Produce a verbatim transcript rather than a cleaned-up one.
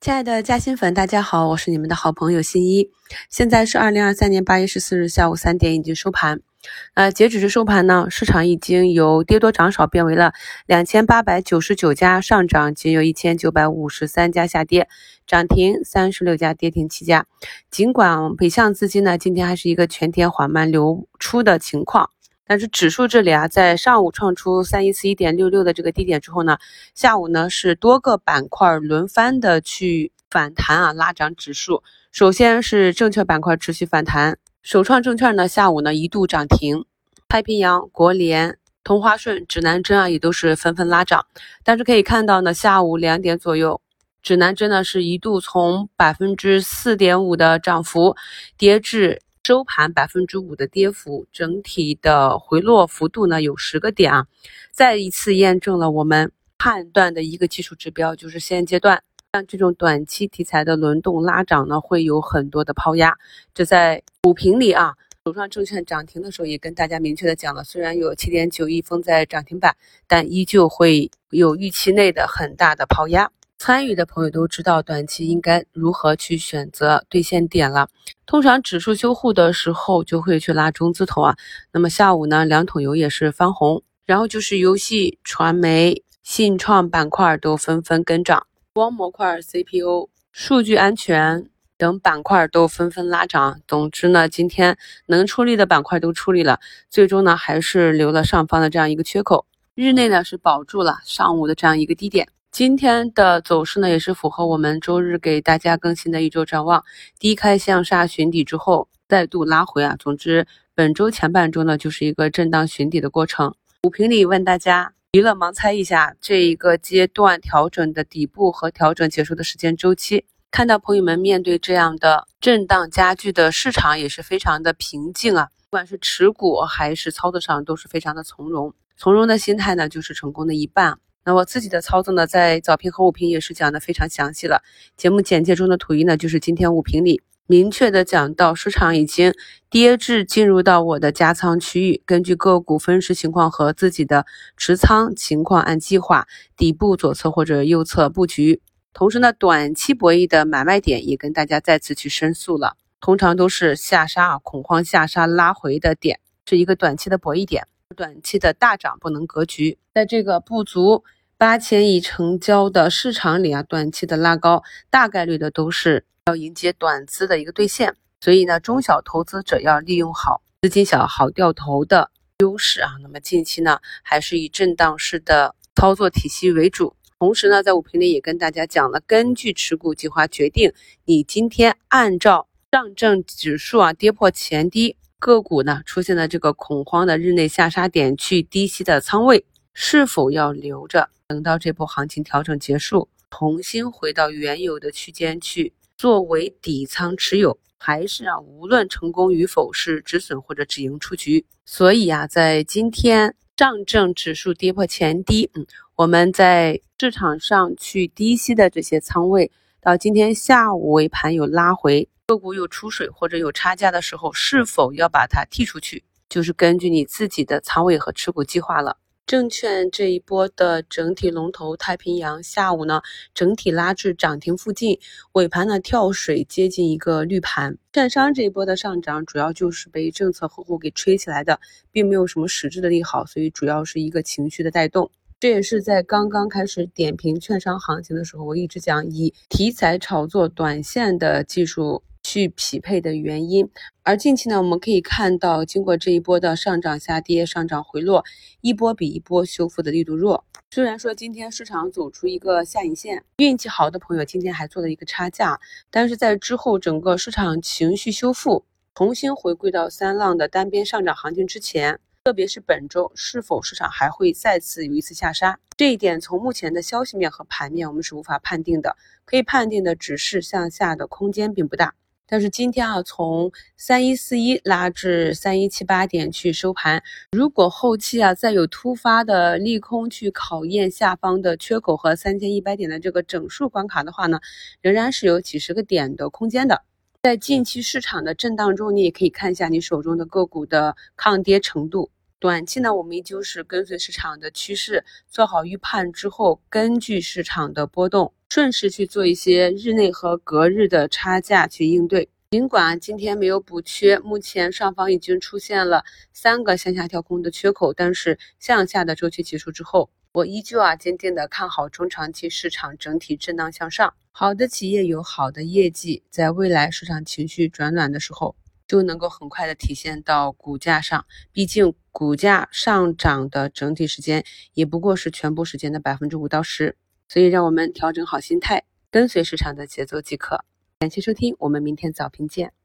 亲爱的嘉兴粉，大家好，我是你们的好朋友新一。现在是二零二三年八月十四日下午三点，已经收盘。呃，截止至收盘呢，市场已经由跌多涨少变为了两千八百九十九家上涨，仅有一千九百五十三家下跌，涨停三十六家，跌停七家。尽管北向资金呢，今天还是一个全天缓慢流出的情况。但是指数这里啊，在上午创出三一四一点六六的这个低点之后呢，下午呢是多个板块轮番的去反弹啊，拉涨指数。首先是证券板块持续反弹，首创证券呢下午呢一度涨停，太平洋、国联、同花顺、指南针啊也都是纷纷拉涨。但是可以看到呢，下午两点左右，指南针呢是一度从 百分之四点五 的涨幅跌至收盘 百分之五 的跌幅，整体的回落幅度呢有十个点啊，再一次验证了我们判断的一个技术指标，就是现阶段像这种短期题材的轮动拉涨呢，会有很多的抛压。这在股评里啊，首创证券涨停的时候也跟大家明确的讲了，虽然有 七点九亿封在涨停板，但依旧会有预期内的很大的抛压。参与的朋友都知道短期应该如何去选择兑现点了。通常指数修护的时候就会去拉中字头啊，那么下午呢两桶油也是翻红，然后就是游戏、传媒、信创板块都纷纷跟涨，光模块、C P U、数据安全等板块都纷纷拉涨。总之呢，今天能出力的板块都出力了，最终呢还是留了上方的这样一个缺口。日内呢是保住了上午的这样一个低点。今天的走势呢，也是符合我们周日给大家更新的一周展望，低开向下寻底之后再度拉回啊。总之，本周前半周呢，就是一个震荡寻底的过程。股评里问大家娱乐盲猜一下这一个阶段调整的底部和调整结束的时间周期。看到朋友们面对这样的震荡加剧的市场，也是非常的平静啊，不管是持股还是操作上都是非常的从容。从容的心态呢，就是成功的一半。那我自己的操作呢，在早评和午评也是讲的非常详细了。节目简介中的图一呢，就是今天午评里明确的讲到，市场已经跌至进入到我的加仓区域，根据个股分时情况和自己的持仓情况，按计划底部左侧或者右侧布局。同时呢，短期博弈的买卖点也跟大家再次去申诉了，通常都是下杀啊，恐慌下杀拉回的点，是一个短期的博弈点。短期的大涨不能格局，在这个不足八千亿成交的市场里啊，短期的拉高大概率的都是要迎接短资的一个兑现，所以呢，中小投资者要利用好资金小好掉头的优势啊。那么近期呢，还是以震荡式的操作体系为主。同时呢，在午评里也跟大家讲了，根据持股计划决定你今天按照上证指数啊跌破前低，个股呢出现了这个恐慌的日内下杀点去低吸的仓位，是否要留着等到这波行情调整结束，重新回到原有的区间去作为底仓持有，还是啊无论成功与否是止损或者止盈出局。所以啊，在今天上证指数跌破前低，嗯，我们在市场上去低吸的这些仓位，到今天下午尾盘有拉回，个股有出水或者有差价的时候，是否要把它剔出去，就是根据你自己的仓位和持股计划了。证券这一波的整体龙头太平洋下午呢，整体拉至涨停附近，尾盘呢跳水接近一个绿盘。券商这一波的上涨主要就是被政策呵护给吹起来的，并没有什么实质的利好，所以主要是一个情绪的带动。这也是在刚刚开始点评券商行情的时候，我一直讲以题材炒作短线的技术去匹配的原因。而近期呢，我们可以看到经过这一波的上涨下跌、上涨回落，一波比一波修复的力度弱。虽然说今天市场走出一个下影线，运气好的朋友今天还做了一个差价，但是在之后整个市场情绪修复，重新回归到三浪的单边上涨行情之前，特别是本周是否市场还会再次有一次下杀，这一点从目前的消息面和盘面我们是无法判定的，可以判定的只是向下的空间并不大。但是今天啊，从三一四一拉至三一七八点去收盘，如果后期啊再有突发的利空去考验下方的缺口和三千一百点的这个整数关卡的话呢，仍然是有几十个点的空间的。在近期市场的震荡中，你也可以看一下你手中的个股的抗跌程度。短期呢，我们依旧是跟随市场的趋势，做好预判之后，根据市场的波动顺势去做一些日内和隔日的差价去应对。尽管今天没有补缺，目前上方已经出现了三个向下跳空的缺口，但是向下的周期结束之后，我依旧啊坚定的看好中长期市场整体震荡向上。好的企业有好的业绩，在未来市场情绪转暖的时候，就能够很快的体现到股价上。毕竟股价上涨的整体时间也不过是全部时间的百分之五到十，所以让我们调整好心态，跟随市场的节奏即可。感谢收听，我们明天早评见。